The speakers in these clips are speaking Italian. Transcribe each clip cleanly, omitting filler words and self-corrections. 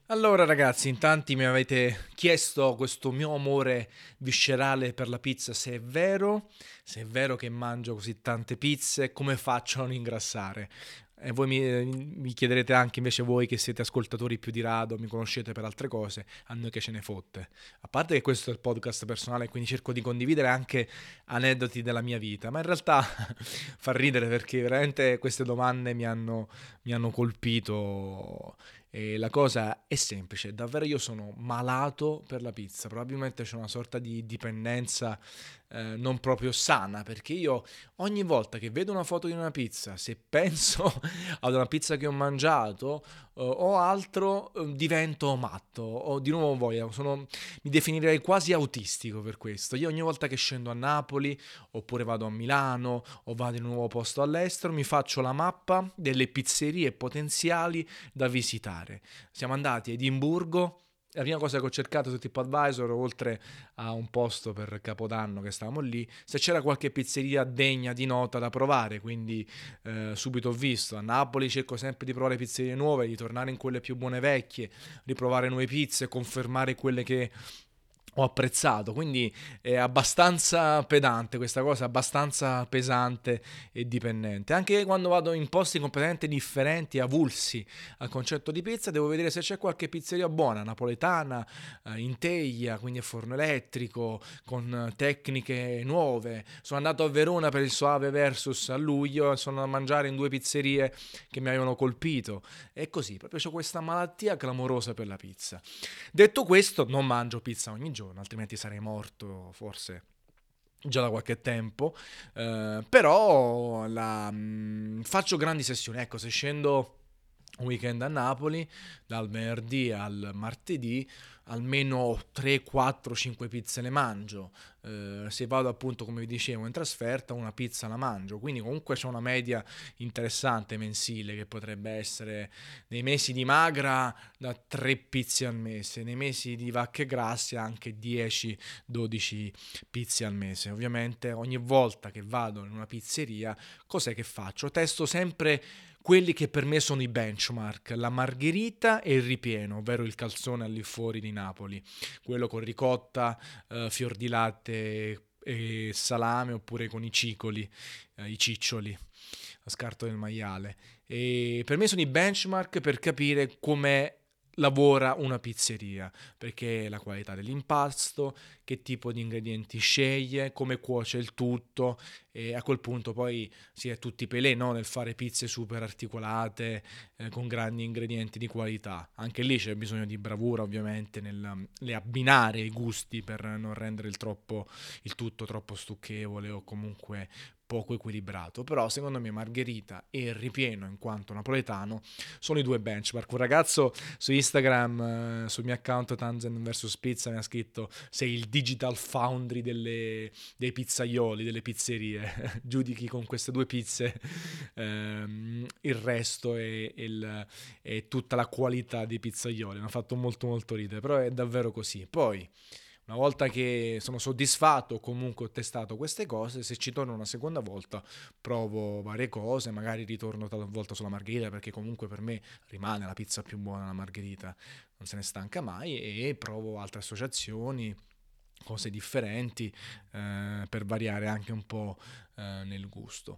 Allora ragazzi, in tanti mi avete chiesto questo mio amore viscerale per la pizza, se è vero che mangio così tante pizze, come faccio a non ingrassare? E voi mi chiederete anche invece voi che siete ascoltatori più di rado, mi conoscete per altre cose, a noi che ce ne fotte. A parte che questo è il podcast personale, quindi cerco di condividere anche aneddoti della mia vita, ma in realtà fa ridere perché veramente queste domande mi hanno colpito. E la cosa è semplice, davvero io sono malato per la pizza, probabilmente c'è una sorta di dipendenza non proprio sana, perché io ogni volta che vedo una foto di una pizza, se penso ad una pizza che ho mangiato o altro, divento matto, ho di nuovo voglia, mi definirei quasi autistico per questo. Io ogni volta che scendo a Napoli, oppure vado a Milano o vado in un nuovo posto all'estero, mi faccio la mappa delle pizzerie potenziali da visitare. Siamo andati a Edimburgo. La prima cosa che ho cercato su TripAdvisor, oltre a un posto per Capodanno che stavamo lì, se c'era qualche pizzeria degna di nota da provare, quindi subito ho visto. A Napoli cerco sempre di provare pizzerie nuove, di tornare in quelle più buone vecchie, riprovare nuove pizze, confermare quelle che ho apprezzato, quindi è abbastanza pedante questa cosa, abbastanza pesante e dipendente. Anche quando vado in posti completamente differenti, avulsi al concetto di pizza, devo vedere se c'è qualche pizzeria buona, napoletana, in teglia, quindi a forno elettrico, con tecniche nuove. Sono andato a Verona per il Soave Versus a luglio e sono andato a mangiare in due pizzerie che mi avevano colpito. E così, proprio ho questa malattia clamorosa per la pizza. Detto questo, non mangio pizza ogni giorno, altrimenti sarei morto forse già da qualche tempo. Però faccio grandi sessioni. Ecco, se scendo un weekend a Napoli, dal venerdì al martedì, almeno 3, 4, 5 pizze le mangio. Se vado appunto, come vi dicevo, in trasferta, una pizza la mangio. Quindi comunque c'è una media interessante mensile che potrebbe essere nei mesi di magra da 3 pizze al mese, nei mesi di vacche grasse anche 10-12 pizze al mese. Ovviamente ogni volta che vado in una pizzeria, cos'è che faccio? Testo sempre quelli che per me sono i benchmark, la margherita e il ripieno, ovvero il calzone all'infuori di Napoli, quello con ricotta, fior di latte e salame oppure con i cicoli, i ciccioli, a scarto del maiale. E per me sono i benchmark per capire come lavora una pizzeria, perché la qualità dell'impasto, che tipo di ingredienti sceglie, come cuoce il tutto e a quel punto poi si è tutti pelé, no? Nel fare pizze super articolate con grandi ingredienti di qualità. Anche lì c'è bisogno di bravura ovviamente nel abbinare i gusti per non rendere il tutto troppo stucchevole o comunque poco equilibrato. Però secondo me margherita e il ripieno in quanto napoletano sono i due benchmark. Un ragazzo su Instagram, sul mio account Tanzen vs Pizza, mi ha scritto: sei il digital foundry dei pizzaioli, delle pizzerie. Giudichi con queste due pizze il resto e tutta la qualità dei pizzaioli. Mi ha fatto molto molto ridere, però è davvero così. Poi una volta che sono soddisfatto o comunque ho testato queste cose, se ci torno una seconda volta provo varie cose, magari ritorno talvolta sulla margherita perché comunque per me rimane la pizza più buona la margherita, non se ne stanca mai, e provo altre associazioni, cose differenti per variare anche un po' nel gusto.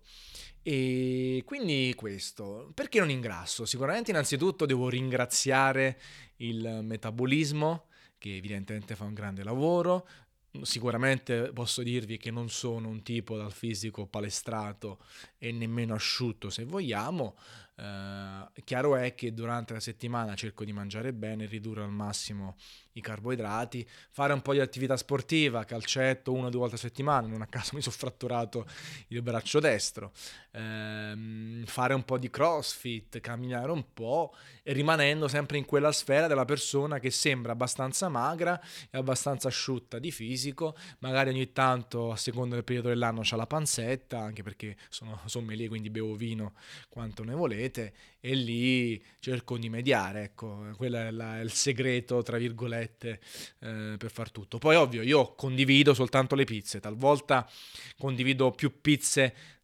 E quindi questo, perché non ingrasso? Sicuramente innanzitutto devo ringraziare il metabolismo che evidentemente fa un grande lavoro. Sicuramente posso dirvi che non sono un tipo dal fisico palestrato e nemmeno asciutto se vogliamo. Chiaro è che durante la settimana cerco di mangiare bene, ridurre al massimo i carboidrati, fare un po' di attività sportiva, calcetto 1 o 2 volte a settimana, non a caso mi sono fratturato il braccio destro, fare un po' di crossfit, camminare un po' e rimanendo sempre in quella sfera della persona che sembra abbastanza magra e abbastanza asciutta di fisico, magari ogni tanto a seconda del periodo dell'anno c'ha la panzetta, anche perché sono sommelier quindi bevo vino quanto ne volete e lì cerco di mediare, ecco, quello è il segreto tra virgolette per far tutto. Poi ovvio io condivido soltanto le pizze, talvolta condivido più pizze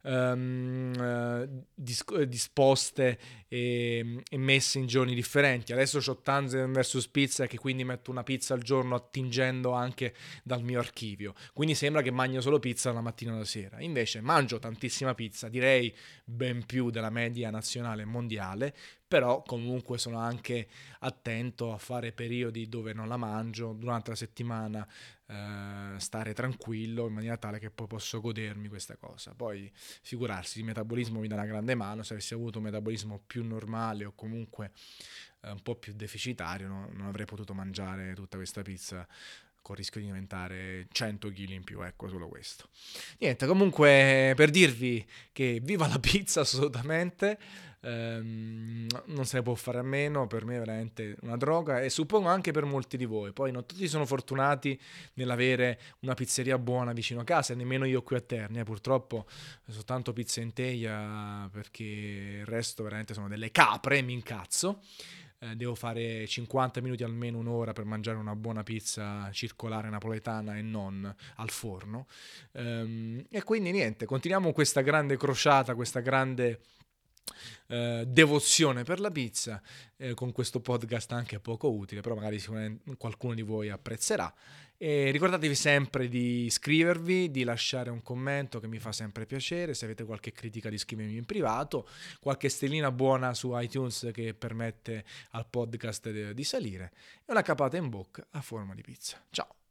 disposte e messe in giorni differenti. Adesso c'ho Tanzan vs Pizza, che quindi metto una pizza al giorno attingendo anche dal mio archivio, quindi sembra che mangio solo pizza la mattina e la sera, invece mangio tantissima pizza, direi ben più della media nazionale e mondiale, però comunque sono anche attento a fare periodi dove non la mangio durante la settimana, stare tranquillo in maniera tale che poi posso godermi questa cosa. Poi figurarsi, il metabolismo mi dà una grande mano, se avessi avuto un metabolismo più normale o comunque un po' più deficitario, no? Non avrei potuto mangiare tutta questa pizza con il rischio di diventare 100 kg in più, ecco, solo questo. Niente, comunque per dirvi che viva la pizza assolutamente, non se ne può fare a meno, per me è veramente una droga e suppongo anche per molti di voi. Poi non tutti sono fortunati nell'avere una pizzeria buona vicino a casa, nemmeno io qui a Terni, purtroppo soltanto pizza in teglia, perché il resto veramente sono delle capre, mi incazzo. Devo fare 50 minuti almeno un'ora per mangiare una buona pizza circolare napoletana e non al forno. E quindi niente, continuiamo questa grande crociata, questa grande devozione per la pizza, con questo podcast anche poco utile, però magari sicuramente qualcuno di voi apprezzerà. E ricordatevi sempre di iscrivervi, di lasciare un commento che mi fa sempre piacere, se avete qualche critica di scrivermi in privato, qualche stellina buona su iTunes che permette al podcast di salire, e una capata in bocca a forma di pizza. Ciao!